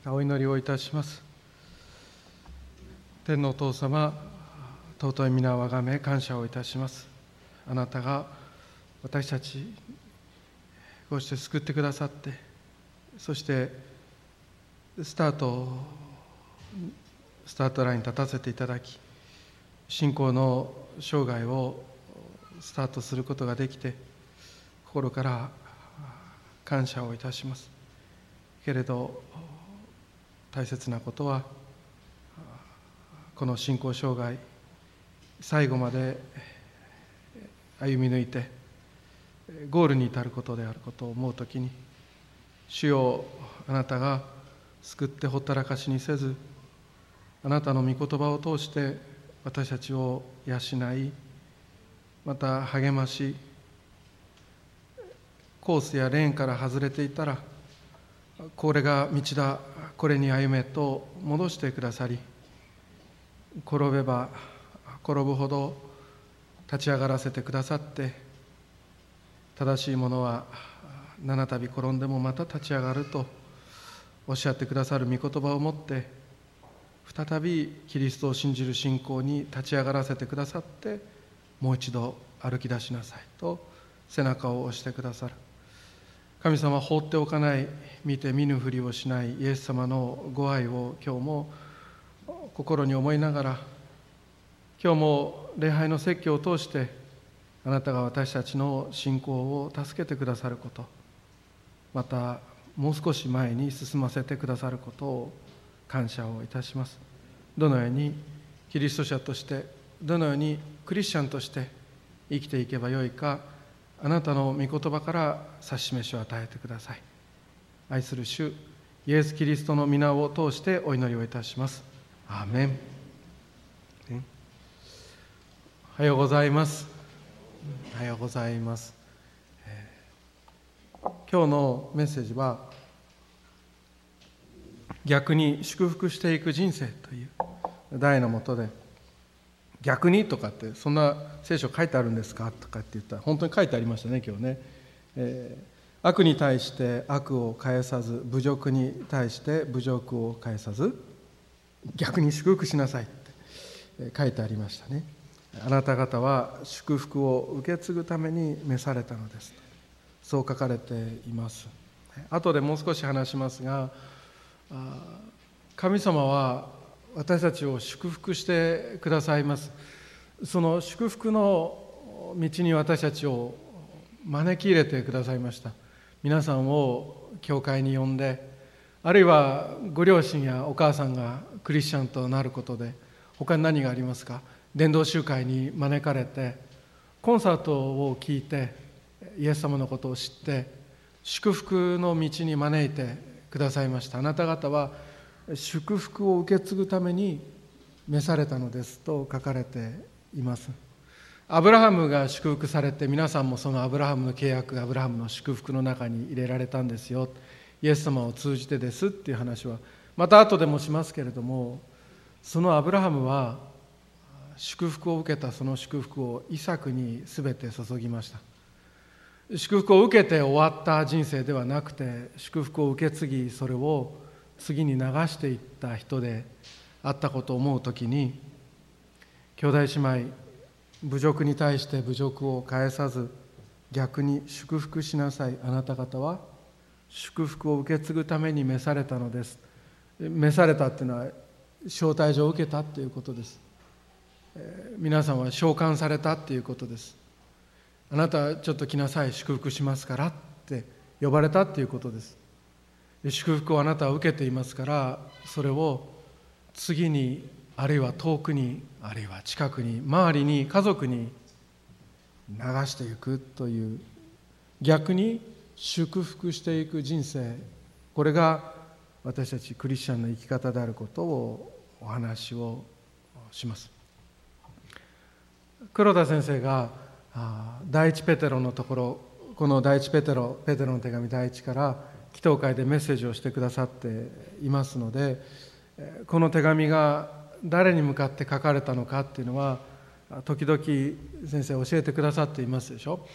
お祈りをいたします。天のお父様、尊い皆をあがめ感謝をいたします。あなたが私たちこうして救ってくださって、そしてスタートラインに立たせていただき、信仰の生涯をスタートすることができて、心から感謝をいたします。けれど大切なことは、この信仰生涯最後まで歩み抜いてゴールに至ることであることを思うときに、主よ、あなたが救ってほったらかしにせず、あなたの御言葉を通して私たちを養い、また励まし、コースやレーンから外れていたら、これが道だ、これに歩めと戻してくださり、転べば転ぶほど立ち上がらせてくださって、正しいものは七度転んでもまた立ち上がるとおっしゃってくださる御言葉をもって、再びキリストを信じる信仰に立ち上がらせてくださって、もう一度歩き出しなさいと背中を押してくださる。神様は放っておかない、見て見ぬふりをしないイエス様のご愛を今日も心に思いながら、今日も礼拝の説教を通してあなたが私たちの信仰を助けてくださること、またもう少し前に進ませてくださることを感謝をいたします。どのようにキリスト者として、どのようにクリスチャンとして生きていけばよいか、あなたの御言葉から指し示しを与えてください。愛する主イエス・キリストの皆を通してお祈りをいたします。アーメン。おはようございます。おはようございます。今日のメッセージは、逆に祝福していく人生という題のもとで、逆にとかって、そんな聖書書いてあるんですかとかって言ったら、本当に書いてありましたね、今日ね。悪に対して悪を返さず、侮辱に対して侮辱を返さず、逆に祝福しなさいって書いてありましたね。あなた方は祝福を受け継ぐために召されたのです。そう書かれています。後でもう少し話しますが、神様は私たちを祝福してくださいます。その祝福の道に私たちを招き入れてくださいました。皆さんを教会に呼んで、あるいはご両親やお母さんがクリスチャンとなることで、他に何がありますか。伝道集会に招かれて、コンサートを聴いてイエス様のことを知って、祝福の道に招いてくださいました。あなた方は祝福を受け継ぐために召されたのですと書かれています。アブラハムが祝福されて、皆さんもそのアブラハムの契約、アブラハムの祝福の中に入れられたんですよ、イエス様を通じてですっていう話はまた後でもしますけれども、そのアブラハムは祝福を受けたその祝福をイサクに全て注ぎました。祝福を受けて終わった人生ではなくて、祝福を受け継ぎ、それを次に流していった人であったことを思うときに、兄弟姉妹、侮辱に対して侮辱を返さず、逆に祝福しなさい。あなた方は祝福を受け継ぐために召されたのです。召されたっていうのは招待状を受けたっていうことです。皆さんは召喚されたっていうことです。あなたちょっと来なさい、祝福しますからって呼ばれたっていうことです。祝福をあなたは受けていますから、それを次に、あるいは遠くに、あるいは近くに、周りに、家族に流していくという、逆に祝福していく人生、これが私たちクリスチャンの生き方であることをお話をします。黒田先生が第一ペテロのところ、この第一ペテロの手紙第一から祈祷会でメッセージをしてくださっていますので、この手紙が誰に向かって書かれたのかっていうのは時々先生教えてくださっていますでしょ。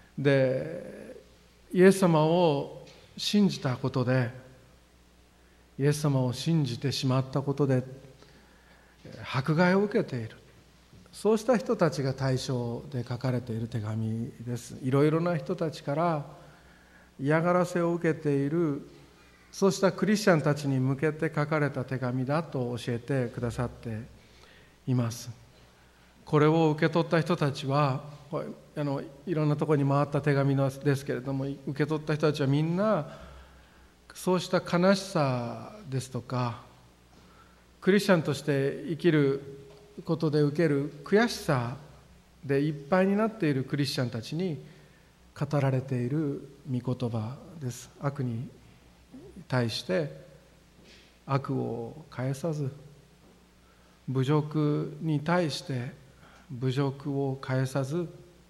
で、イエス様を信じたことでイエス様を信じてしまったことで迫害を受けている、そうした人たちが対象で書かれている手紙です。いろいろな人たちから嫌がらせを受けている、そうしたクリスチャンたちに向けて書かれた手紙だと教えてくださっています。これを受け取った人たちは、いろんなところに回った手紙ですけれども、受け取った人たちはみんなそうした悲しさですとか、クリスチャンとして生きることで受ける悔しさでいっぱいになっているクリスチャンたちに語られている御言葉です。悪に対して悪を返さず、侮辱に対して侮辱を返さず、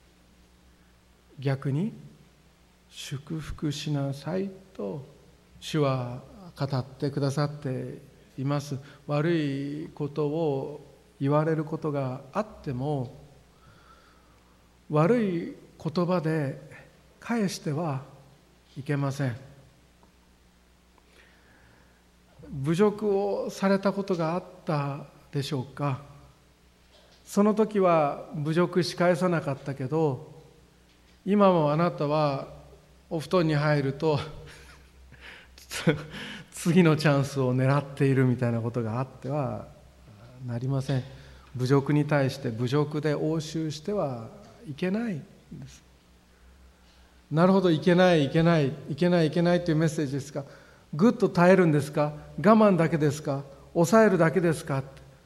逆に祝福しなさいと主は語ってくださっています。悪いことを言われることがあっても、悪い言葉で返してはいけません。侮辱をされたことがあったでしょうか。その時は侮辱し返さなかったけど、今もあなたはお布団に入ると次のチャンスを狙っているみたいなことがあってはなりません。侮辱に対して侮辱で応酬してはいけないんです。なるほど、いけないというメッセージですか。ぐっと耐えるんですか、我慢だけですか、抑えるだけですか、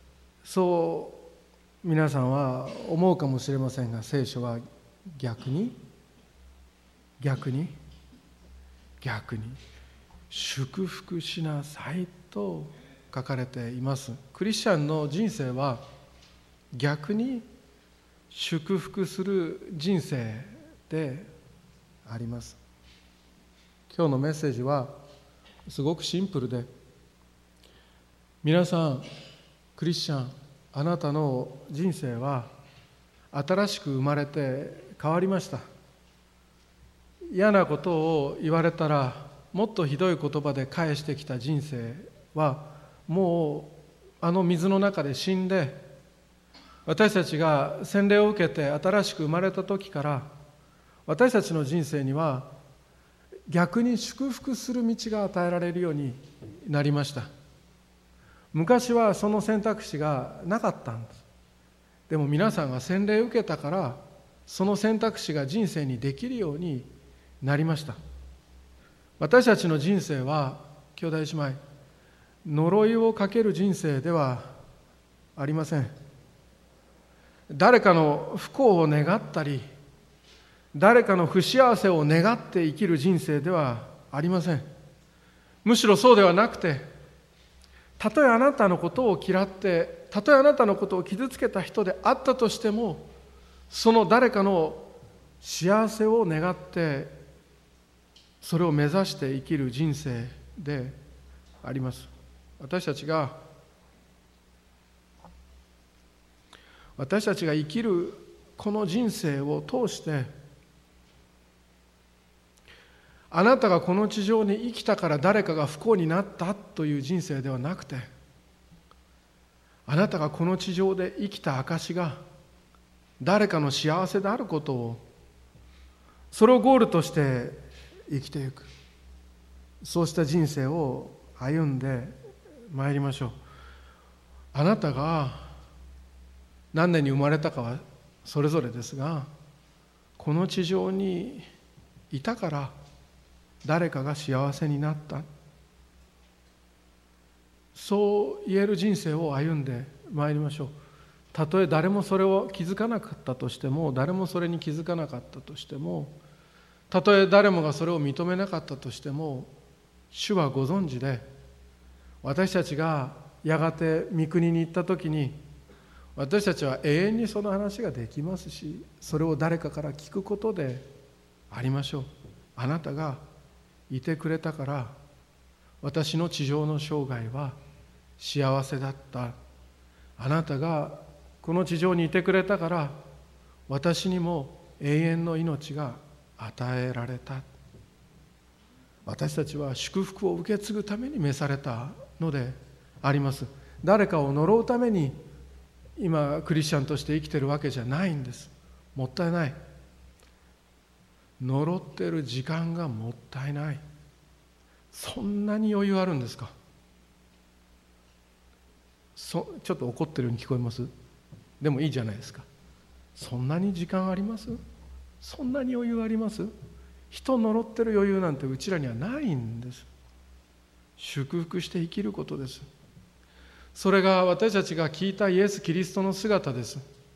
そう皆さんは思うかもしれませんが、聖書は逆に祝福しなさいと書かれています。クリスチャンの人生は逆に祝福する人生であります。今日のメッセージはすごくシンプルで、皆さんクリスチャン、あなたの人生は新しく生まれて変わりました。嫌なことを言われたらもっとひどい言葉で返してきた人生はもうあの水の中で死んで、私たちが洗礼を受けて新しく生まれた時から私たちの人生には逆に祝福する道が与えられるようになりました。昔はその選択肢がなかったんです。でも皆さんが洗礼を受けたからその選択肢が人生にできるようになりました。私たちの人生は兄弟姉妹、呪いをかける人生ではありません。誰かの不幸を願ったり、誰かの不幸せを願って生きる人生ではありません。むしろそうではなくて、たとえあなたのことを嫌って、たとえあなたのことを傷つけた人であったとしても、その誰かの幸せを願ってそれを目指して生きる人生であります。私たちが生きるこの人生を通して、あなたがこの地上に生きたから誰かが不幸になったという人生ではなくて、あなたがこの地上で生きた証が誰かの幸せであることを、それをゴールとして生きていく、そうした人生を歩んでまいりましょう。あなたが何年に生まれたかはそれぞれですが、この地上にいたから誰かが幸せになった、そう言える人生を歩んでまいりましょう。たとえ誰もそれを気づかなかったとしても、誰もそれに気づかなかったとしても、たとえ誰もがそれを認めなかったとしても、主はご存知で、私たちがやがて御国に行った時に、私たちは永遠にその話ができますし、それを誰かから聞くことでありましょう。あなたがいてくれたから私の地上の生涯は幸せだった。あなたがこの地上にいてくれたから私にも永遠の命が与えられた。 私たちは祝福を受け継ぐために召されたのであります。誰かを呪うために今クリスチャンとして生きているわけじゃないんです。もったいない。呪っている時間がもったいない。そんなに余裕あるんですか？ちょっと怒ってるように聞こえます？でもいいじゃないですか。そんなに時間あります？そんなに余裕あります？人呪ってる余裕なんてうちらにはないんです。祝福して生きることです。それが私たちが聞いたイエス・キリストの姿です。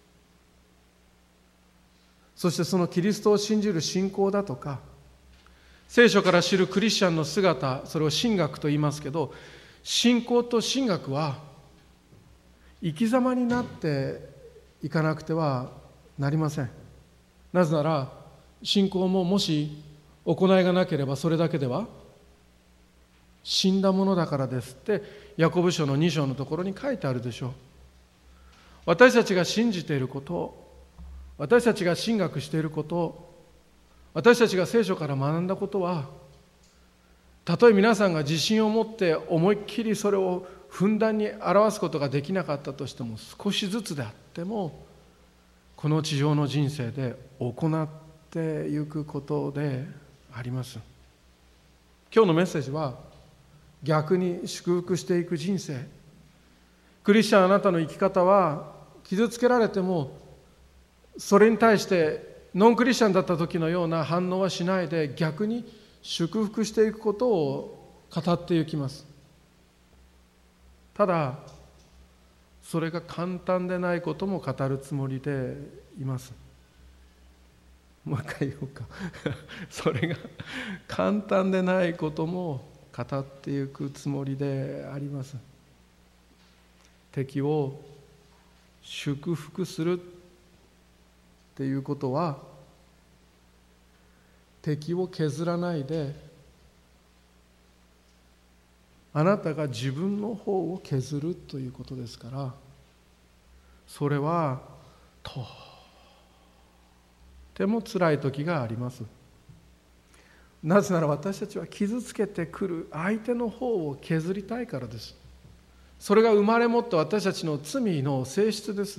そしてそのキリストを信じる信仰だとか、聖書から知るクリスチャンの姿、それを神学と言いますけど、信仰と神学は生き様になっていかなくてはなりません。なぜなら信仰ももし行いがなければそれだけでは死んだものだからですってヤコブ書の2章のところに書いてあるでしょう。私たちが信じていること、私たちが神学していること、私たちが聖書から学んだことは、たとえ皆さんが自信を持って思いっきりそれをふんだんに表すことができなかったとしても、少しずつであってもこの地上の人生で行っていくことであります。今日のメッセージは逆に祝福していく人生。クリスチャンあなたの生き方は傷つけられてもそれに対してノンクリスチャンだった時のような反応はしないで、逆に祝福していくことを語っていきます。ただそれが簡単でないことも語るつもりでいます。もう一回言おうかそれが簡単でないことも語っていくつもりであります。敵を祝福するっていうことは、敵を削らないであなたが自分の方を削るということですから、それはとても辛い時があります。なぜなら私たちは傷つけてくる相手の方を削りたいからです。それが生まれ持った私たちの罪の性質です。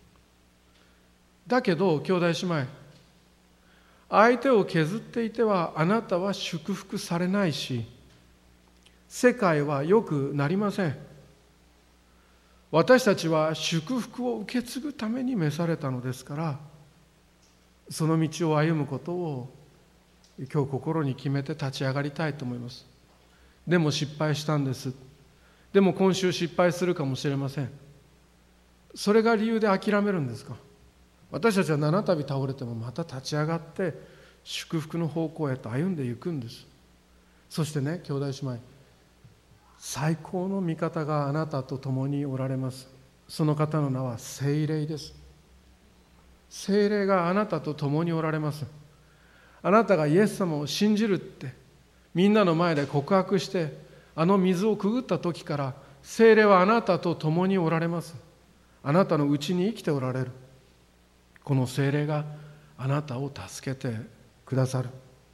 だけど兄弟姉妹、相手を削っていてはあなたは祝福されないし、世界は良くなりません。私たちは祝福を受け継ぐために召されたのですから、その道を歩むことを今日心に決めて立ち上がりたいと思います。でも失敗したんです。でも今週失敗するかもしれません。それが理由で諦めるんですか？私たちは7度倒れてもまた立ち上がって祝福の方向へと歩んでいくんです。そしてね、兄弟姉妹、最高の味方があなたと共におられます。その方の名は聖霊です。聖霊があなたと共におられます。あなたがイエス様を信じるってみんなの前で告白して、あの水をくぐった時から聖霊はあなたと共におられます。あなたのうちに生きておられる。この聖霊があなたを助けてくださる。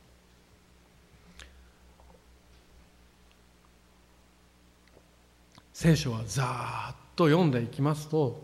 聖書はざーっと読んでいきますと、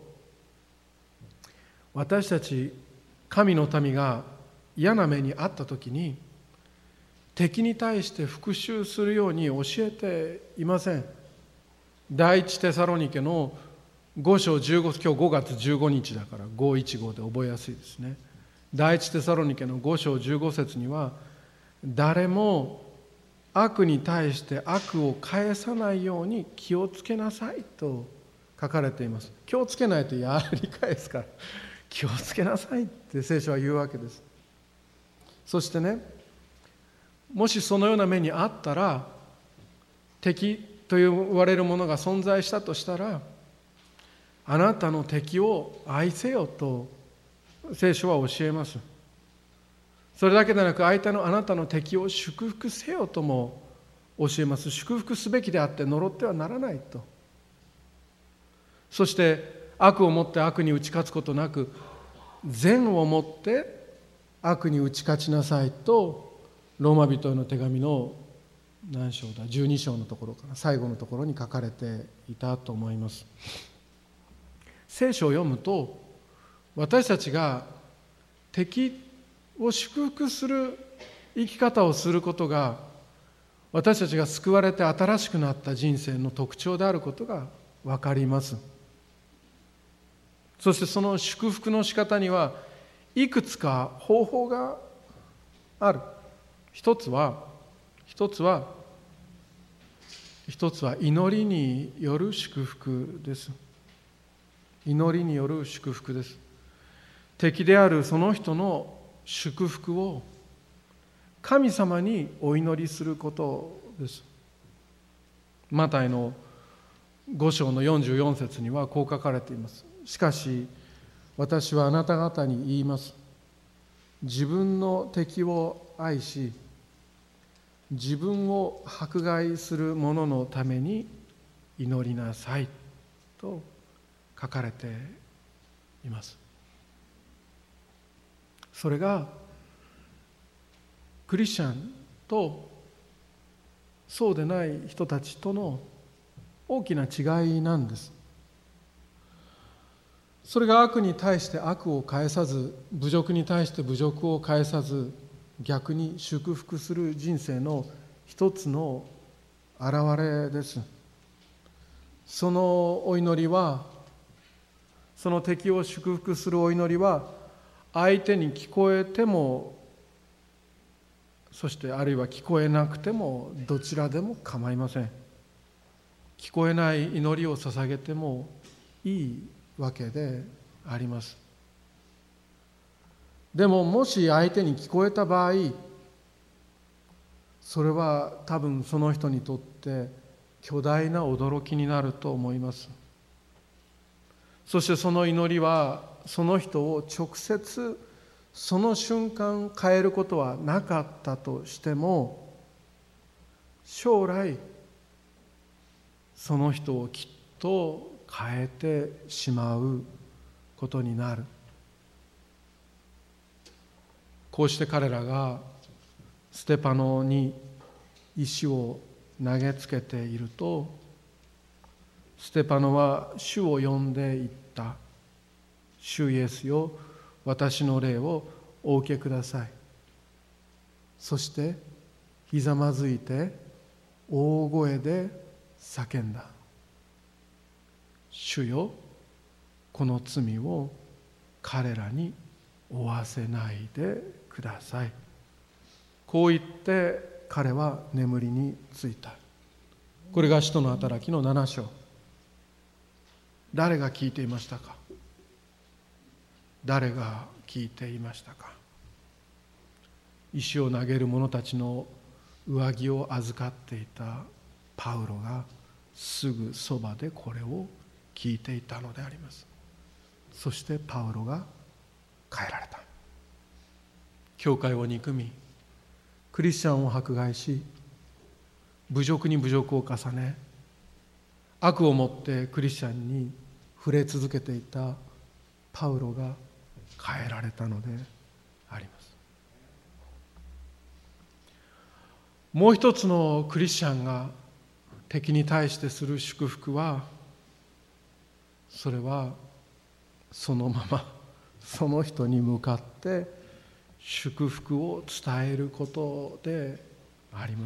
私たち神の民が嫌な目に遭った時に敵に対して復讐するように教えていません。第一テサロニケの5章15、今日5月15日だから515で覚えやすいですね。第一テサロニケの5章15節には、誰も悪に対して悪を返さないように気をつけなさいと書かれています。気をつけないとやり返すから、気をつけなさいって聖書は言うわけです。そしてね、もしそのような目にあったら、敵と言われるものが存在したとしたら、あなたの敵を愛せよと聖書は教えます。それだけでなく、相手のあなたの敵を祝福せよとも教えます。祝福すべきであって呪ってはならないと。そして悪をもって悪に打ち勝つことなく、善をもって悪に打ち勝ちなさいとローマ人への手紙の何章だ、12章のところかな、最後のところに書かれていたと思います。聖書を読むと、私たちが敵を祝福する生き方をすることが、私たちが救われて新しくなった人生の特徴であることが分かります。そしてその祝福の仕方にはいくつか方法がある。一つは祈りによる祝福です。祈りによる祝福です。敵であるその人の祝福を神様にお祈りすることです。マタイの5章の44節にはこう書かれています。しかし私はあなた方に言います。自分の敵を愛し、自分を迫害する者のために祈りなさいと書かれています。それがクリスチャンとそうでない人たちとの大きな違いなんです。それが悪に対して悪を返さず、侮辱に対して侮辱を返さず、逆に祝福する人生の一つの表れです。そのお祈りは、その敵を祝福するお祈りは、相手に聞こえても、そしてあるいは聞こえなくても、どちらでも構いません。聞こえない祈りを捧げてもいいわけであります。でももし相手に聞こえた場合、それは多分その人にとって巨大な驚きになると思います。そしてその祈りはその人を直接その瞬間変えることはなかったとしても、将来その人をきっと変えてしまうことになる。こうして彼らがステパノに石を投げつけていると、ステパノは主を呼んでいった。主イエスよ、私の霊をお受けください。そしてひざまずいて大声で叫んだ。主よ、この罪を彼らに負わせないでください。こう言って彼は眠りについた。これが使徒の働きの7章。誰が聞いていましたか？誰が聞いていましたか？石を投げる者たちの上着を預かっていたパウロがすぐそばでこれを聞いていたのであります。そしてパウロが変えられた。教会を憎み、クリスチャンを迫害し、侮辱に侮辱を重ね、悪をもってクリスチャンに触れ続けていたパウロが変えられたのであります。もう一つのクリスチャンが敵に対してする祝福は、それはそのままその人に向かって祝福を伝えることであります。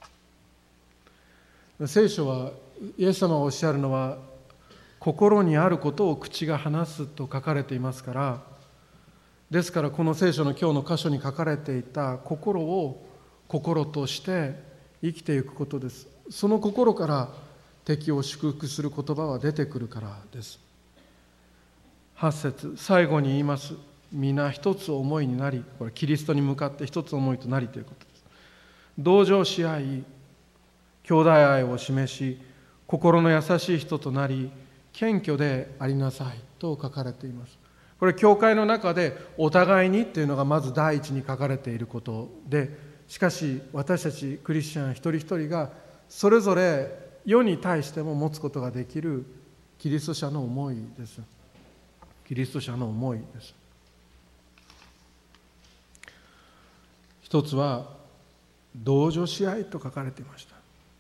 聖書はイエス様がおっしゃるのは、心にあることを口が話すと書かれていますから、ですからこの聖書の今日の箇所に書かれていた心を心として生きていくことです。その心から敵を祝福する言葉は出てくるからです。8節、最後に言います。皆一つ思いになり、これキリストに向かって一つ思いとなりということです。同情し合い、兄弟愛を示し、心の優しい人となり、謙虚でありなさいと書かれています。これ教会の中でお互いにっていうのがまず第一に書かれていることで、しかし私たちクリスチャン一人一人がそれぞれ世に対しても持つことができるキリスト者の思いです。キリスト者の思いです。一つは同情し合いと書かれていました。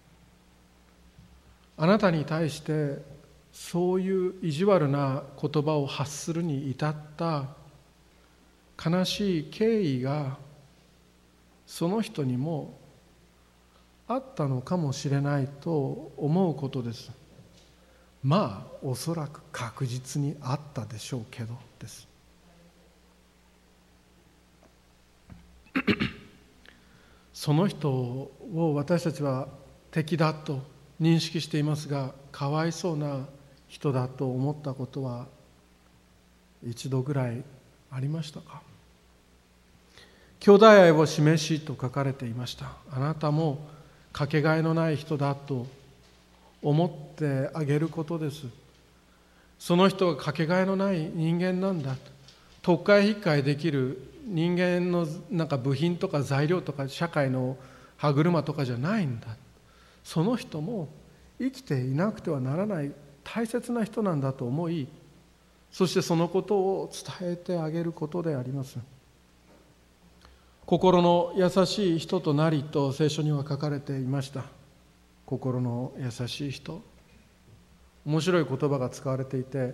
あなたに対してそういう意地悪な言葉を発するに至った悲しい経緯がその人にもあったのかもしれないと思うことです。まあおそらく確実にあったでしょうけどです。その人を私たちは敵だと認識していますが、かわいそうな人だと思ったことは一度ぐらいありましたか？兄弟愛を示しと書かれていました。あなたもかけがえのない人だと思ってあげることです。その人がかけがえのない人間なんだ、特会引っかえできる人間のなんか部品とか材料とか社会の歯車とかじゃないんだ、その人も生きていなくてはならない大切な人なんだと思い、そしてそのことを伝えてあげることであります。心の優しい人となりと聖書には書かれていました。心の優しい人、面白い言葉が使われていて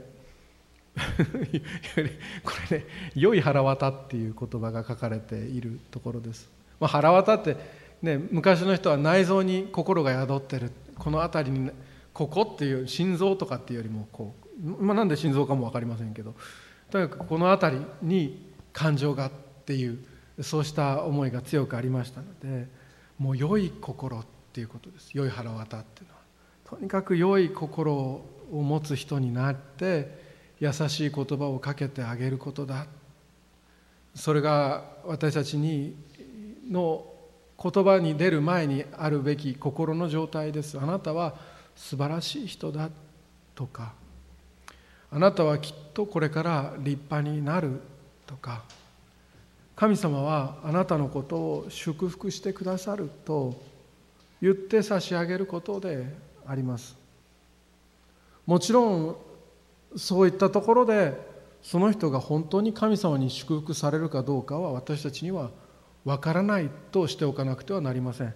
これね、良い腹渡っていう言葉が書かれているところです。腹渡ってね、昔の人は内臓に心が宿ってる、この辺りにここっていう心臓とかっていうよりもこう、なんで心臓かも分かりませんけど、とにかくこの辺りに感情がっていう、そうした思いが強くありましたので、もう良い心っていうことです。良い腹渡っていうのはとにかく良い心を持つ人になって優しい言葉をかけてあげることだ。それが私たちの言葉に出る前にあるべき心の状態です。あなたは素晴らしい人だとか、あなたはきっとこれから立派になるとか、神様はあなたのことを祝福してくださると言って差し上げることであります。もちろんそういったところでその人が本当に神様に祝福されるかどうかは私たちには分からないとしておかなくてはなりません。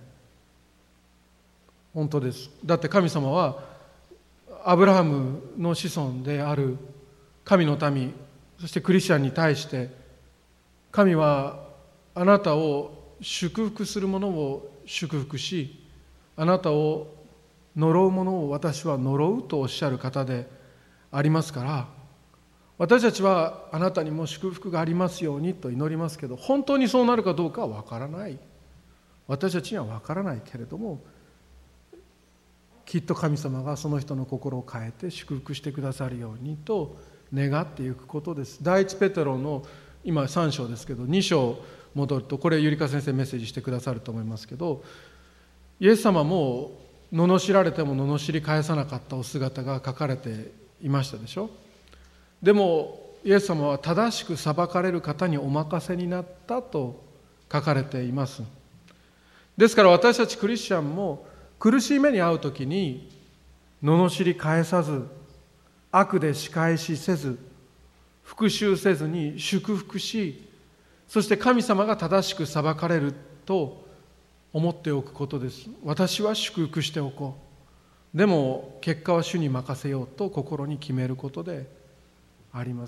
本当です。だって神様はアブラハムの子孫である神の民、そしてクリスチャンに対して、神はあなたを祝福する者を祝福し、あなたを呪う者を私は呪うとおっしゃる方でありますから、私たちはあなたにも祝福がありますようにと祈りますけど、本当にそうなるかどうかは分からない。私たちには分からないけれども、きっと神様がその人の心を変えて祝福してくださるようにと願っていくことです。第一ペテロの今3章ですけど、2章戻ると、これゆりか先生メッセージしてくださると思いますけど、イエス様も罵られても罵り返さなかったお姿が書かれていましたでしょ。でもイエス様は正しく裁かれる方にお任せになったと書かれています。ですから私たちクリスチャンも苦しい目に遭うときに罵り返さず、悪で仕返しせず、復讐せずに祝福し、そして神様が正しく裁かれると思っておくことです。私は祝福しておこう、でも結果は主に任せようと心に決めることであります。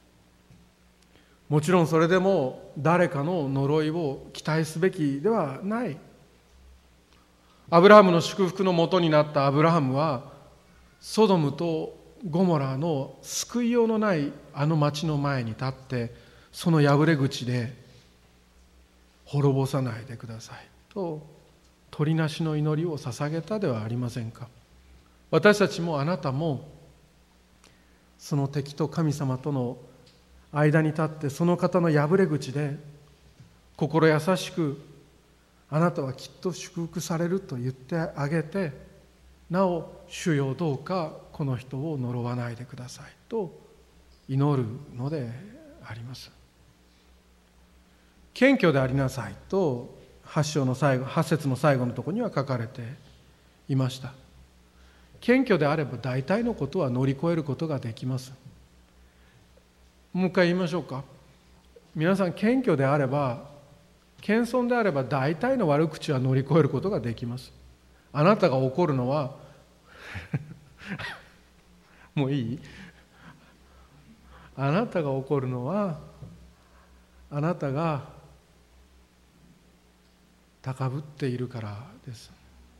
もちろんそれでも誰かの呪いを期待すべきではない。アブラハムの祝福の元になったアブラハムはソドムとゴモラの救いようのないあの町の前に立って、その破れ口で滅ぼさないでくださいと取りなしの祈りを捧げたではありませんか。私たちもあなたもその敵と神様との間に立って、その方の破れ口で心優しく、あなたはきっと祝福されると言ってあげて、なお主よどうかこの人を呪わないでくださいと祈るのであります。謙虚でありなさいと8節の最後のところには書かれていました。謙虚であれば大体のことは乗り越えることができます。もう一回言いましょうか。皆さん謙虚であれば謙遜であれば大体の悪口は乗り越えることができます。あなたが怒るのはもういい？あなたが怒るのはあなたが高ぶっているからです。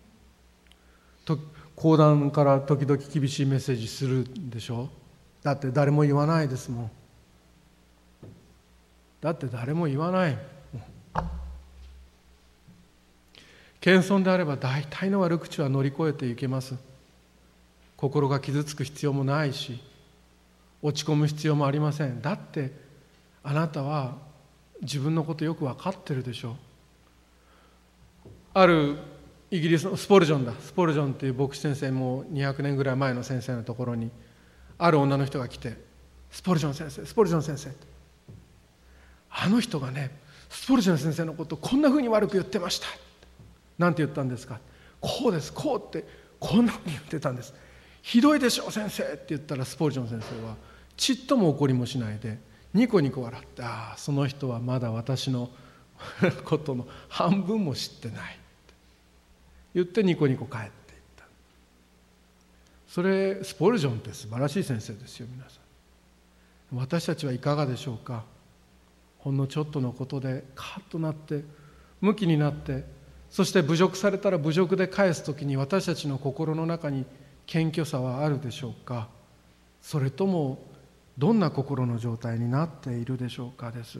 講談から時々厳しいメッセージするでしょ。だって誰も言わないですもん。だって誰も言わない。謙遜であれば大体の悪口は乗り越えていけます。心が傷つく必要もないし、落ち込む必要もありません。だってあなたは自分のことよく分かってるでしょう。あるイギリスのスポルジョンという牧師先生、も200年ぐらい前の先生のところにある女の人が来て、スポルジョン先生、あの人がね、スポルジョン先生のことをこんなふうに悪く言ってました。なんて言ったんですか。こうです、こうってこんなふうに言ってたんです。ひどいでしょ先生って言ったら、スポルジョン先生はちっとも怒りもしないでニコニコ笑って、ああその人はまだ私のことの半分も知ってないって言ってニコニコ帰っていった。それスポルジョンって素晴らしい先生ですよ。皆さん、私たちはいかがでしょうか。ほんのちょっとのことでカッとなってムキになって、そして侮辱されたら侮辱で返すときに私たちの心の中に謙虚さはあるでしょうか。それともどんな心の状態になっているでしょうかです。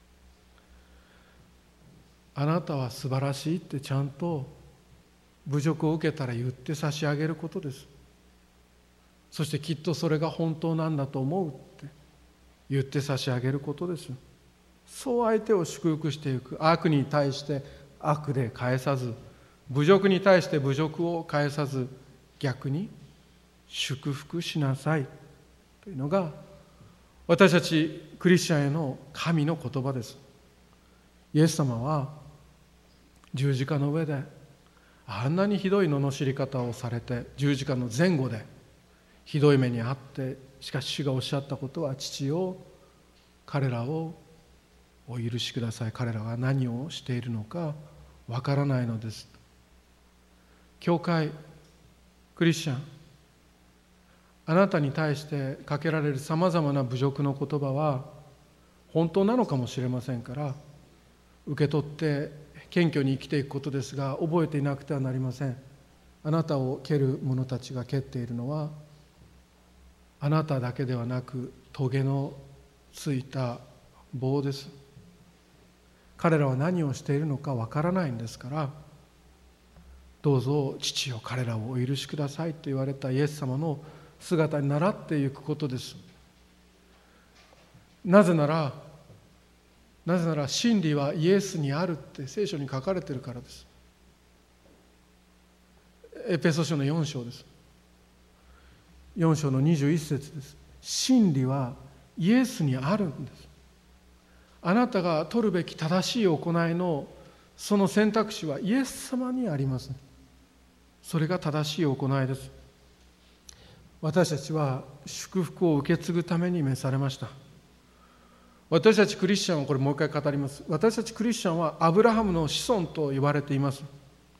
あなたは素晴らしいってちゃんと侮辱を受けたら言って差し上げることです。そしてきっとそれが本当なんだと思うって言って差し上げることです。そう相手を祝福していく。悪に対して悪で返さず、侮辱に対して侮辱を返さず、逆に祝福しなさいというのが私たちクリスチャンへの神の言葉です。イエス様は十字架の上であんなにひどい罵り方をされて、十字架の前後でひどい目に遭って、しかし主がおっしゃったことは、父よ、彼らをお許しください。彼らが何をしているのかわからないのです。教会、クリスチャン、あなたに対してかけられるさまざまな侮辱の言葉は本当なのかもしれませんから、受け取って謙虚に生きていくことですが、覚えていなくてはなりません。あなたを蹴る者たちが蹴っているのは、あなただけではなくトゲのついた棒です。彼らは何をしているのかわからないんですから、どうぞ父よ、彼らをお許しくださいと言われたイエス様の姿に倣っていくことです。なぜなら真理はイエスにあるって聖書に書かれているからです。エペソ書の4章です。4章の21節です。真理はイエスにあるんです。あなたが取るべき正しい行いのその選択肢はイエス様にあります。それが正しい行いです。私たちは祝福を受け継ぐために召されました。私たちクリスチャンは、これもう一回語ります。私たちクリスチャンはアブラハムの子孫と言われています。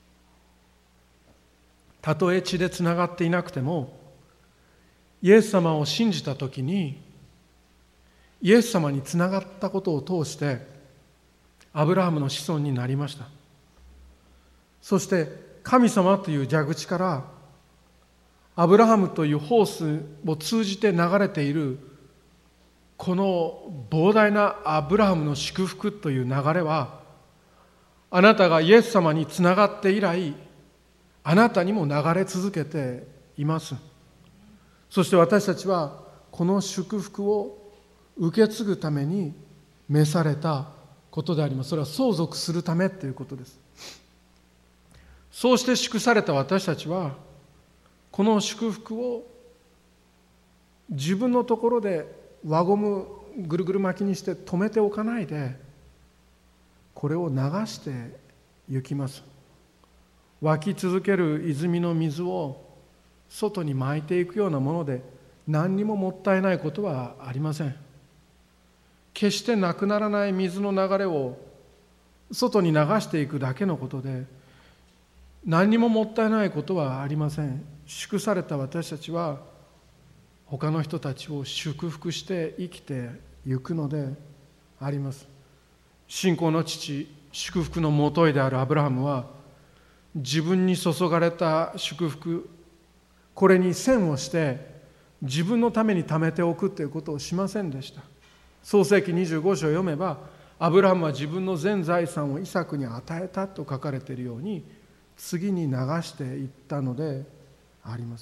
たとえ血でつながっていなくても、イエス様を信じたときに、イエス様につながったことを通してアブラハムの子孫になりました。そして神様という蛇口からアブラハムというホースを通じて流れているこの膨大なアブラハムの祝福という流れは、あなたがイエス様につながって以来、あなたにも流れ続けています。そして私たちはこの祝福を受け継ぐために召されたことであります。それは相続するためということです。そうして祝された私たちは、この祝福を自分のところで輪ゴムぐるぐる巻きにして止めておかないで、これを流して行きます。湧き続ける泉の水を外に巻いていくようなもので、何にももったいないことはありません。決してなくならない水の流れを外に流していくだけのことで、何にももったいないことはありません。祝された私たちは他の人たちを祝福して生きていくのであります。信仰の父、祝福のもといであるアブラハムは、自分に注がれた祝福、これに線をして自分のために貯めておくということをしませんでした。創世記25章を読めば、アブラハムは自分の全財産をイサクに与えたと書かれているように、次に流していったのであります。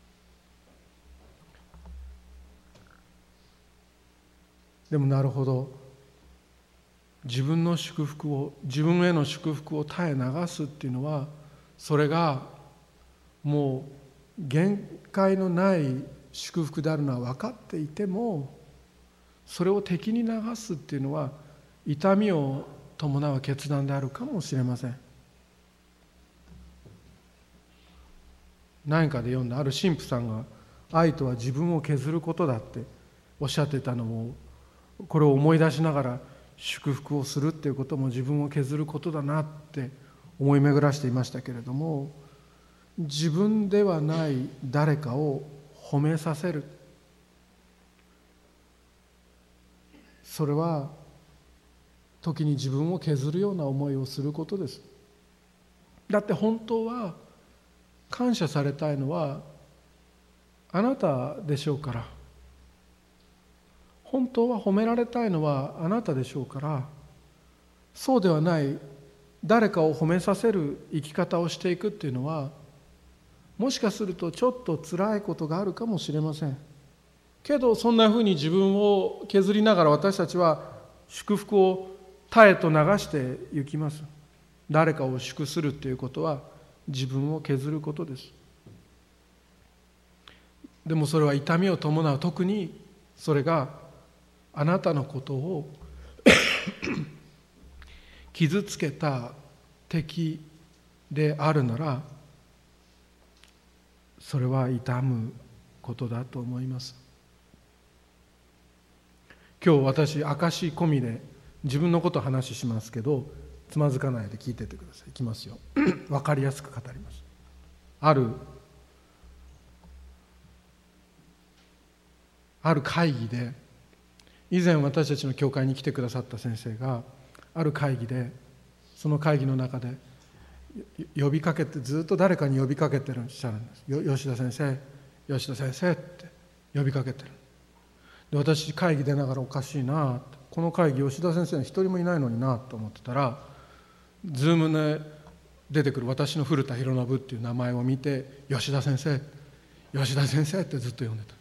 でもなるほど、自分への祝福を絶え流すっていうのは、それがもう限界のない祝福であるのは分かっていても、それを敵に流すっていうのは痛みを伴う決断であるかもしれません。何かで読んだある神父さんが、愛とは自分を削ることだっておっしゃってたのを、これを思い出しながら、祝福をするっていうことも自分を削ることだなって思い巡らしていましたけれども、自分ではない誰かを褒めさせる、それは時に自分を削るような思いをすることです。だって本当は感謝されたいのはあなたでしょうから、本当は褒められたいのはあなたでしょうから、そうではない誰かを褒めさせる生き方をしていくっていうのは、もしかするとちょっと辛いことがあるかもしれませんけど、そんなふうに自分を削りながら私たちは祝福を絶えと流していきます。誰かを祝するということは自分を削ることです。でもそれは痛みを伴う。特にそれがあなたのことを傷つけた敵であるなら、それは痛むことだと思います。今日私、証込みで自分のことを話しますけど、つまずかないで聞いててください。いきますよ。分かりやすく語ります。ある会議で、以前私たちの教会に来てくださった先生が、ある会議で、その会議の中で呼びかけて、ずっと誰かに呼びかけてるんです。吉田先生、吉田先生って呼びかけてる。で、私会議出ながらおかしいな、この会議吉田先生一人もいないのになと思ってたら、ズームで出てくる私の古田博信っていう名前を見て、吉田先生、吉田先生ってずっと呼んでた。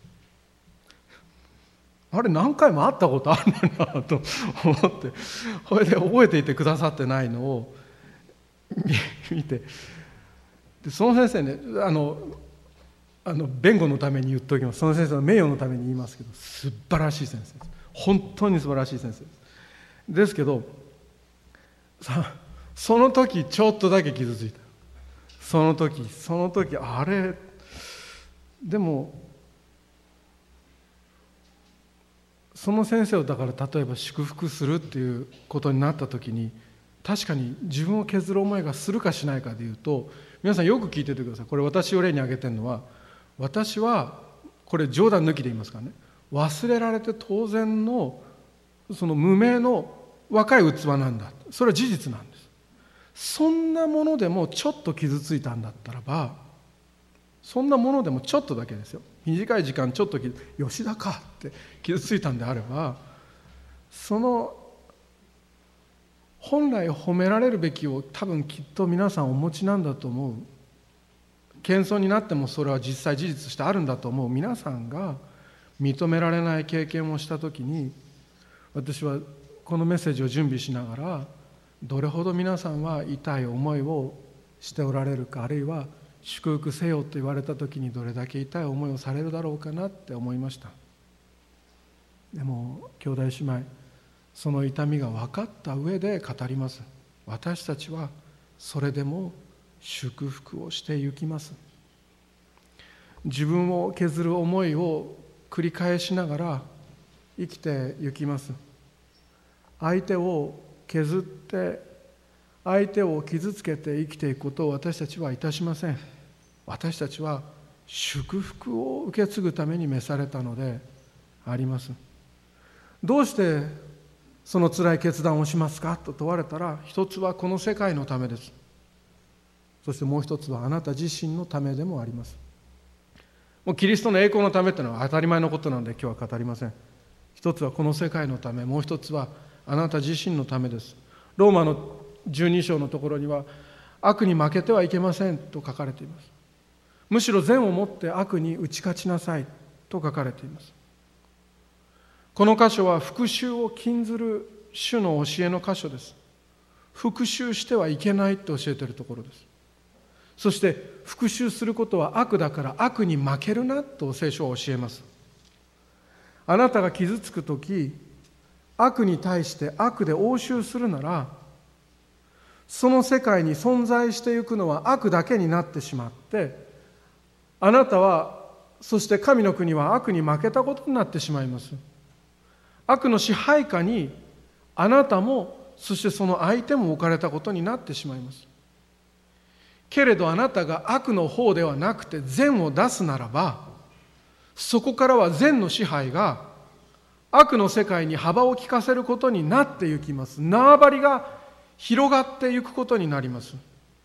あれ何回も会ったことあるのなと思って、それで覚えていてくださってないのを見て、でその先生ね、弁護のために言っておきます。その先生の名誉のために言いますけど、素晴らしい先生です。本当に素晴らしい先生です。ですけどその時ちょっとだけ傷ついた。その時あれでもその先生をだから例えば祝福するっていうことになった時に、確かに自分を削る思いがするかしないかでいうと、皆さんよく聞いててください。これ私を例に挙げてるのは、私はこれ冗談抜きで言いますからね、忘れられて当然のその無名の若い器なんだ、それは事実なんです。そんなものでもちょっと傷ついたんだったらば、そんなものでもちょっとだけですよ、短い時間ちょっと吉田かって傷ついたんであれば、その本来褒められるべきを多分きっと皆さんお持ちなんだと思う。謙遜になってもそれは実際事実としてあるんだと思う皆さんが認められない経験をしたときに、私はこのメッセージを準備しながら、どれほど皆さんは痛い思いをしておられるか、あるいは祝福せよと言われたときにどれだけ痛い思いをされるだろうかなって思いました。でも兄弟姉妹、その痛みが分かった上で語ります。私たちはそれでも祝福をしてゆきます。自分を削る思いを繰り返しながら生きてゆきます。相手を削って相手を傷つけて生きていくことを私たちはいたしません。私たちは祝福を受け継ぐために召されたのであります。どうしてその辛い決断をしますかと問われたら、一つはこの世界のためです。そしてもう一つはあなた自身のためでもあります。もうキリストの栄光のためというのは当たり前のことなので今日は語りません。一つはこの世界のため、もう一つはあなた自身のためです。ローマの12章のところには、悪に負けてはいけませんと書かれています。むしろ善をもって悪に打ち勝ちなさいと書かれています。この箇所は復讐を禁ずる主の教えの箇所です。復讐してはいけないと教えているところです。そして復讐することは悪だから悪に負けるなと聖書は教えます。あなたが傷つくとき、悪に対して悪で応酬するなら、その世界に存在していくのは悪だけになってしまって、あなたは、そして神の国は悪に負けたことになってしまいます。悪の支配下にあなたも、そしてその相手も置かれたことになってしまいます。けれどあなたが悪の方ではなくて善を出すならば、そこからは善の支配が悪の世界に幅を利かせることになっていきます。縄張りが広がっていくことになります。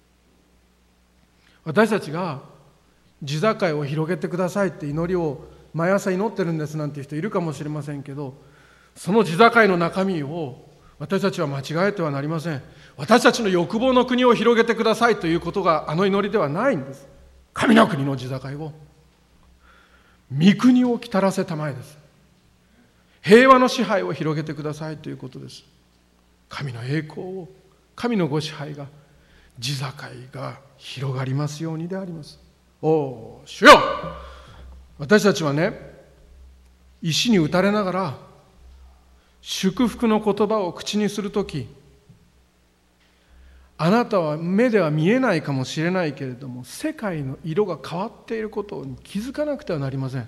私たちが地境を広げてくださいって祈りを毎朝祈ってるんですなんていう人いるかもしれませんけど、その地境の中身を私たちは間違えてはなりません。私たちの欲望の国を広げてくださいということがあの祈りではないんです。神の国の地境を、御国を来たらせたまえです。平和の支配を広げてくださいということです。神の栄光を、神のご支配が、地境が広がりますようにであります。おー、主よ、私たちはね、石に打たれながら祝福の言葉を口にするとき、あなたは目では見えないかもしれないけれども、世界の色が変わっていることに気づかなくてはなりません。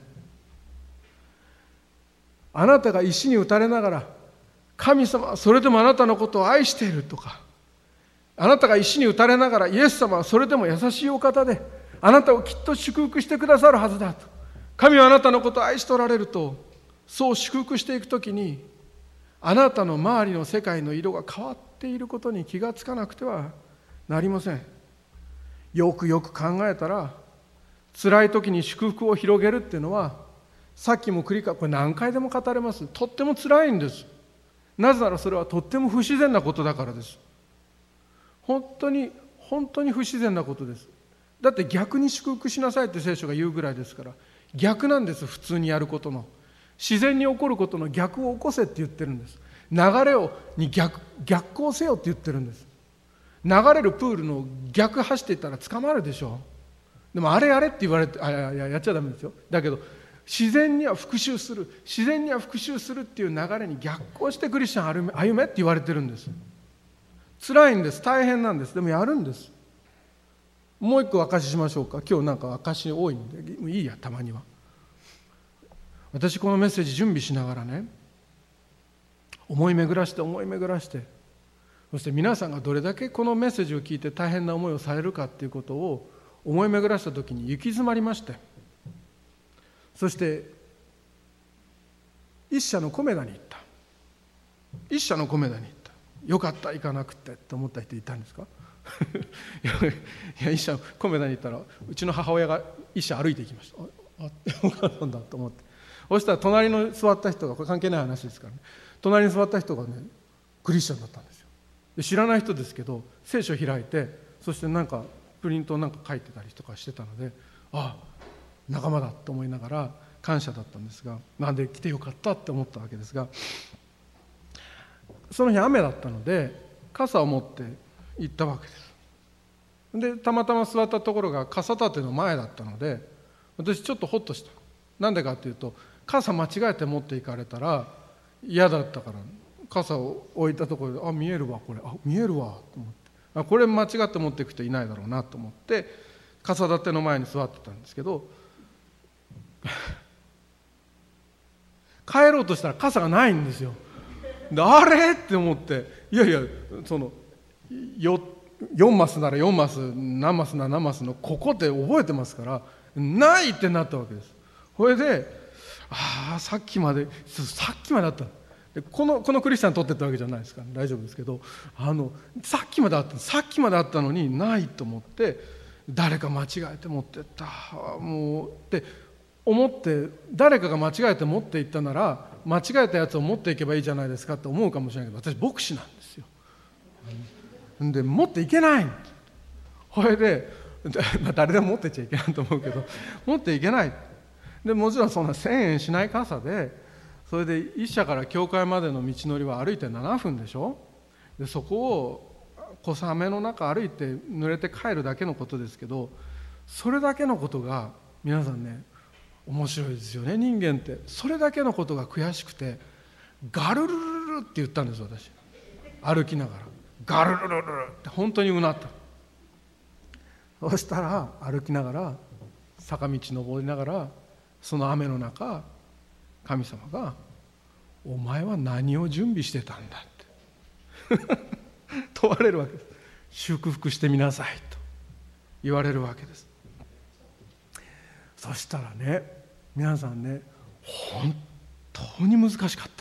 あなたが石に打たれながら、神様はそれでもあなたのことを愛しているとか、あなたが石に打たれながら、イエス様はそれでも優しいお方で、あなたをきっと祝福してくださるはずだと、神はあなたのことを愛しておられると、そう祝福していくときに、あなたの周りの世界の色が変わっていることに気がつかなくてはなりません。よくよく考えたら、辛い時に祝福を広げるっていうのは、さっきもこれ何回でも語れます。とっても辛いんです。なぜならそれはとっても不自然なことだからです。本当に不自然なことです。だって逆に祝福しなさいって聖書が言うぐらいですから、逆なんです。普通にやることの、自然に起こることの逆を起こせって言ってるんです。流れに逆行せよって言ってるんです。流れるプールの逆走っていったら捕まるでしょ。でもあれやれって言われて、やっちゃダメですよ。だけど自然には復讐するっていう流れに逆行してクリスチャン歩めって言われてるんです。辛いんです。大変なんです。でもやるんです。もう一個証ししましょうか。今日なんか証多いんでもういいや、たまには。私このメッセージ準備しながらね、思い巡らして、そして皆さんがどれだけこのメッセージを聞いて大変な思いをされるかっていうことを思い巡らしたときに行き詰まりまして、そして一社のコメダに行った。よかった、行かなくてと思った人いたんですか？いや、一社のコメダに行ったら、うちの母親が一社歩いていきました。よかったんだと思って、そしたら隣の座った人が、これ関係ない話ですからね、隣に座った人がね、クリスチャンだったんですよ。で知らない人ですけど、聖書を開いて、そしてなんかプリントをなんか書いてたりとかしてたので、ああ仲間だと思いながら感謝だったんですが、なんで来てよかったって思ったわけですが、その日雨だったので傘を持って行ったわけです。でたまたま座ったところが傘立ての前だったので、私ちょっとホッとした。なんでかっていうと、傘間違えて持っていかれたら嫌だったから、傘を置いたところで、見えるわこれ、見えるわと思って、これ間違って持っていく人いないだろうなと思って傘立ての前に座ってたんですけど、帰ろうとしたら傘がないんですよ。であれって思って、いやいや、 4マスなら4マス、何マスなら何マスのここって覚えてますから、ないってなったわけです。それで、さっきまであったで、このクリスチャン取ってったわけじゃないですから、大丈夫ですけど、さっきまであったのにないと思って、誰か間違えて持ってった、もうって思って、誰かが間違えて持っていったなら間違えたやつを持っていけばいいじゃないですかって思うかもしれないけど、私牧師なんですよ。で持っていけない。それで、誰でも持ってっちゃいけないと思うけど、持っていけない。でもちろんそんな1000円しない傘で、それで一社から教会までの道のりは歩いて7分でしょ。でそこを小雨の中歩いて濡れて帰るだけのことですけど、それだけのことが皆さんね、面白いですよね。人間ってそれだけのことが悔しくて、ガルルルルって言ったんです。私歩きながらガルルルルって本当にうなった。そしたら歩きながら坂道登りながら、その雨の中、神様がお前は何を準備してたんだって問われるわけです。祝福してみなさいと言われるわけです。そしたらね、皆さんね、本当に難しかった。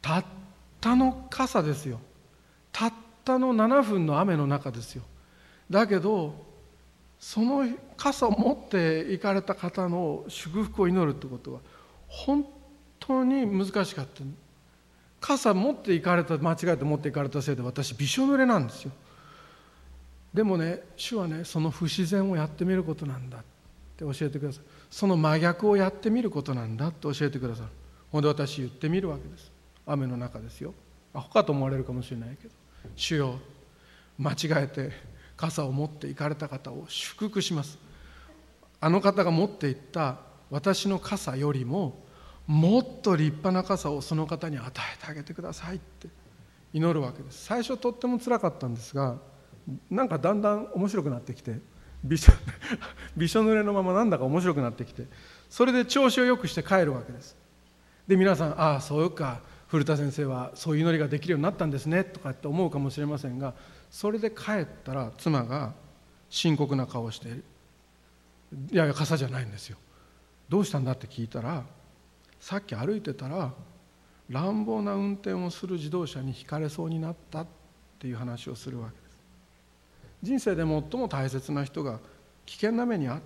たったの傘ですよ。たったの7分の雨の中ですよ。だけどその傘を持って行かれた方の祝福を祈るってことは本当に難しかった。傘持って行かれた、間違えて持って行かれたせいで私びしょ濡れなんですよ。でもね、主はね、その不自然をやってみることなんだって教えてください。その真逆をやってみることなんだって教えてくださる。ほんで私言ってみるわけです。雨の中ですよ。アホかと思われるかもしれないけど、主よ、間違えて傘を持って行かれた方を祝福します。あの方が持って行った私の傘よりももっと立派な傘をその方に与えてあげてくださいって祈るわけです。最初とってもつらかったんですが、なんかだんだん面白くなってきて、びしょ濡れのままなんだか面白くなってきて、それで調子を良くして帰るわけです。で皆さん、そうか、古田先生はそういう祈りができるようになったんですねとかって思うかもしれませんが、それで帰ったら妻が深刻な顔をして、いや傘じゃないんですよ。どうしたんだって聞いたら、さっき歩いてたら乱暴な運転をする自動車にひかれそうになったっていう話をするわけです。人生で最も大切な人が危険な目にあった。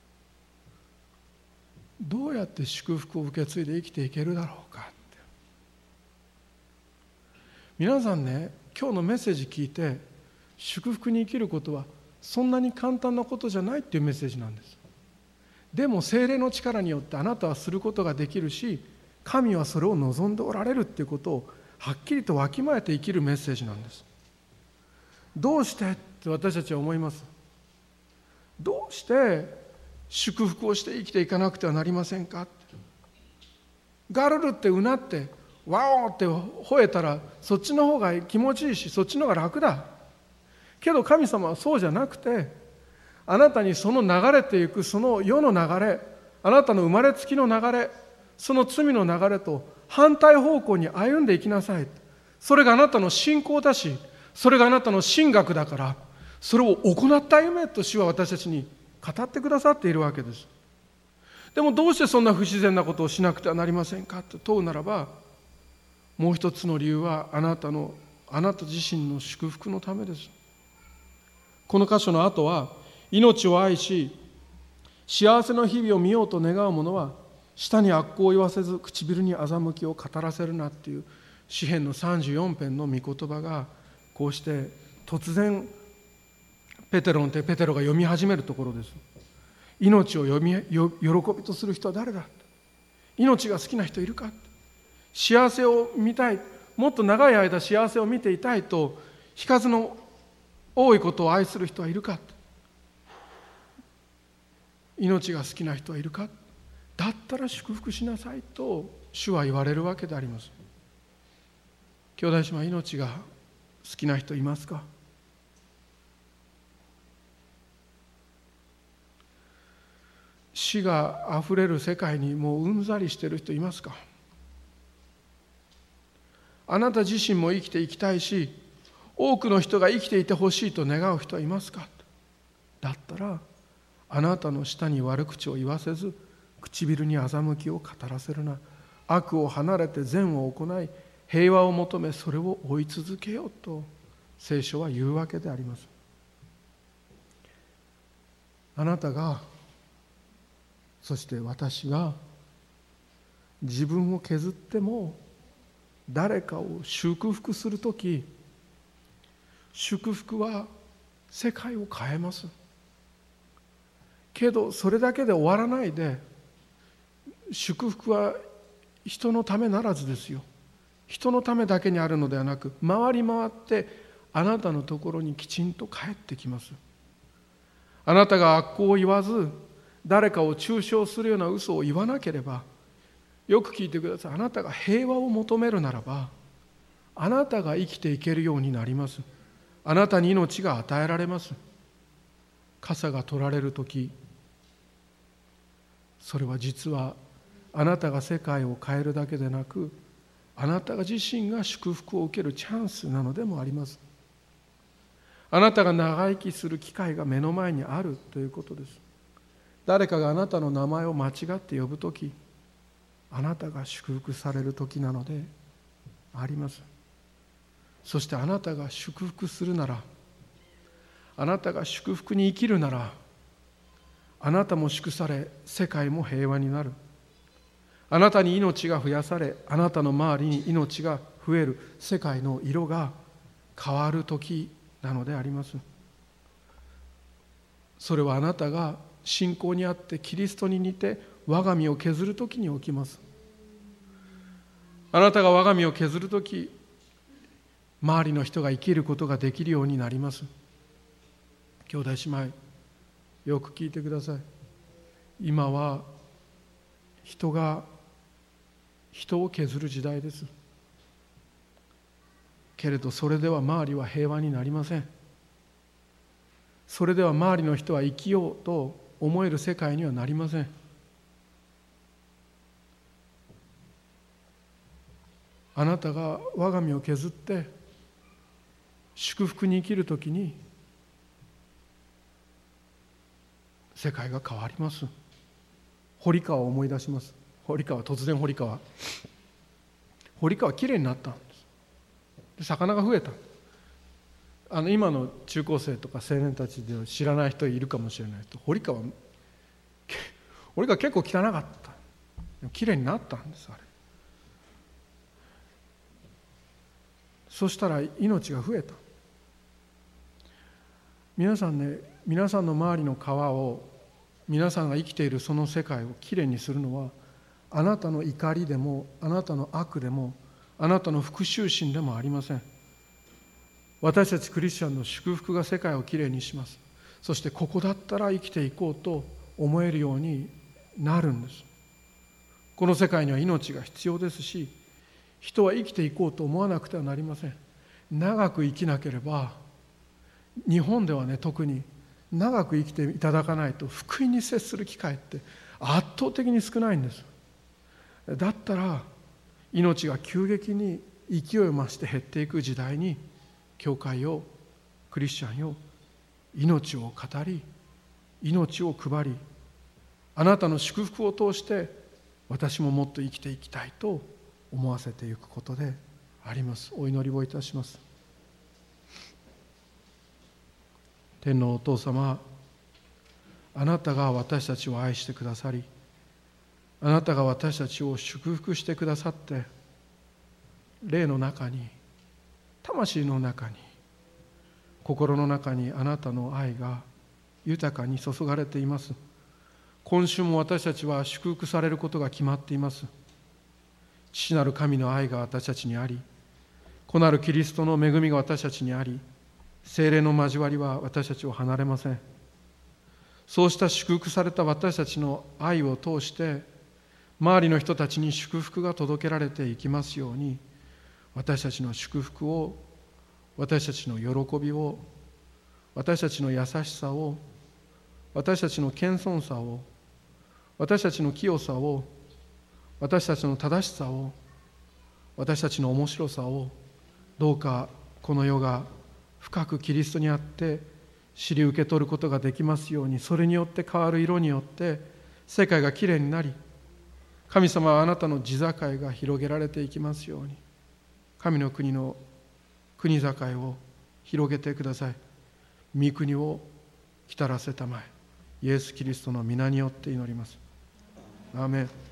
どうやって祝福を受け継いで生きていけるだろうかって。皆さんね、今日のメッセージ聞いて祝福に生きることはそんなに簡単なことじゃないっていうメッセージなんです。でも聖霊の力によってあなたはすることができるし、神はそれを望んでおられるっていうことをはっきりとわきまえて生きるメッセージなんです。どうしてって私たちは思います。どうして祝福をして生きていかなくてはなりませんか。ガルルってうなってワオって吠えたらそっちの方が気持ちいいし、そっちの方が楽だけど、神様はそうじゃなくて、あなたにその流れていくその世の流れ、あなたの生まれつきの流れ、その罪の流れと反対方向に歩んでいきなさい。それがあなたの信仰だし、それがあなたの神学だから、それを行った歩めと主は私たちに語ってくださっているわけです。でもどうしてそんな不自然なことをしなくてはなりませんかと問うならば、もう一つの理由はあなた自身の祝福のためです。この箇所の後は、命を愛し幸せの日々を見ようと願う者は舌に悪行を言わせず唇に欺きを語らせるなっていう詩編の34編の御言葉が、こうして突然ペテロが読み始めるところです。命を喜びとする人は誰だ。命が好きな人いるか。幸せを見たい、もっと長い間幸せを見ていたいと引かずの多いことを愛する人はいるか。命が好きな人はいるか。だったら祝福しなさいと主は言われるわけであります。兄弟姉妹、命が好きな人いますか。死があふれる世界にもううんざりしている人いますか。あなた自身も生きていきたいし、 多くの人が生きていてほしいと願う人はいますか？だったらあなたの舌に悪口を言わせず、唇に欺きを語らせるな。悪を離れて善を行い、平和を求めそれを追い続けようと聖書は言うわけであります。あなたが、そして私が自分を削っても誰かを祝福するとき、祝福は世界を変えます。けどそれだけで終わらないで、祝福は人のためならずですよ。人のためだけにあるのではなく、回り回ってあなたのところにきちんと帰ってきます。あなたが悪行を言わず、誰かを中傷するような嘘を言わなければ、よく聞いてください。あなたが平和を求めるならば、あなたが生きていけるようになります。あなたに命が与えられます。傘が取られるとき、それは実はあなたが世界を変えるだけでなく、あなたが自身が祝福を受けるチャンスなのでもあります。あなたが長生きする機会が目の前にあるということです。誰かがあなたの名前を間違って呼ぶとき、あなたが祝福されるときなのであります。そしてあなたが祝福するなら、あなたが祝福に生きるなら、あなたも祝され、世界も平和になる。あなたに命が増やされ、あなたの周りに命が増える、世界の色が変わる時なのであります。それはあなたが信仰にあってキリストに似て我が身を削る時に起きます。あなたが我が身を削る時、周りの人が生きることができるようになります。兄弟姉妹、よく聞いてください。今は人が人を削る時代です。けれどそれでは周りは平和になりません。それでは周りの人は生きようと思える世界にはなりません。あなたが我が身を削って祝福に生きるときに、世界が変わります。堀川を思い出します。突然堀川きれいになったんです。で、魚が増えた。今の中高生とか青年たちで知らない人いるかもしれないと、堀川結構汚かった。きれいになったんです。あれ、そしたら命が増えた。皆さんね、皆さんの周りの川を、皆さんが生きているその世界をきれいにするのは、あなたの怒りでも、あなたの悪でも、あなたの復讐心でもありません。私たちクリスチャンの祝福が世界をきれいにします。そしてここだったら生きていこうと思えるようになるんです。この世界には命が必要ですし、人は生きていこうと思わなくてはなりません。長く生きなければ、日本ではね、特に長く生きていただかないと福音に接する機会って圧倒的に少ないんです。だったら命が急激に勢いを増して減っていく時代に、教会を、クリスチャンよ、命を語り、命を配り、あなたの祝福を通して私ももっと生きていきたいと思わせていくことであります。お祈りをいたします。天のお父様、あなたが私たちを愛してくださり、あなたが私たちを祝福してくださって、霊の中に、魂の中に、心の中にあなたの愛が豊かに注がれています。今週も私たちは祝福されることが決まっています。父なる神の愛が私たちにあり、子なるキリストの恵みが私たちにあり、聖霊の交わりは私たちを離れません。そうした祝福された私たちの愛を通して、周りの人たちに祝福が届けられていきますように、私たちの祝福を、私たちの喜びを、私たちの優しさを、私たちの謙遜さを、私たちの清さを、私たちの正しさを、私たちの面白さを、どうかこの世が深くキリストにあって知り受け取ることができますように、それによって変わる色によって世界がきれいになり、神様はあなたの地境が広げられていきますように、神の国の国境を広げてください。御国を来たらせたまえ、イエス・キリストの皆によって祈ります。アーメン。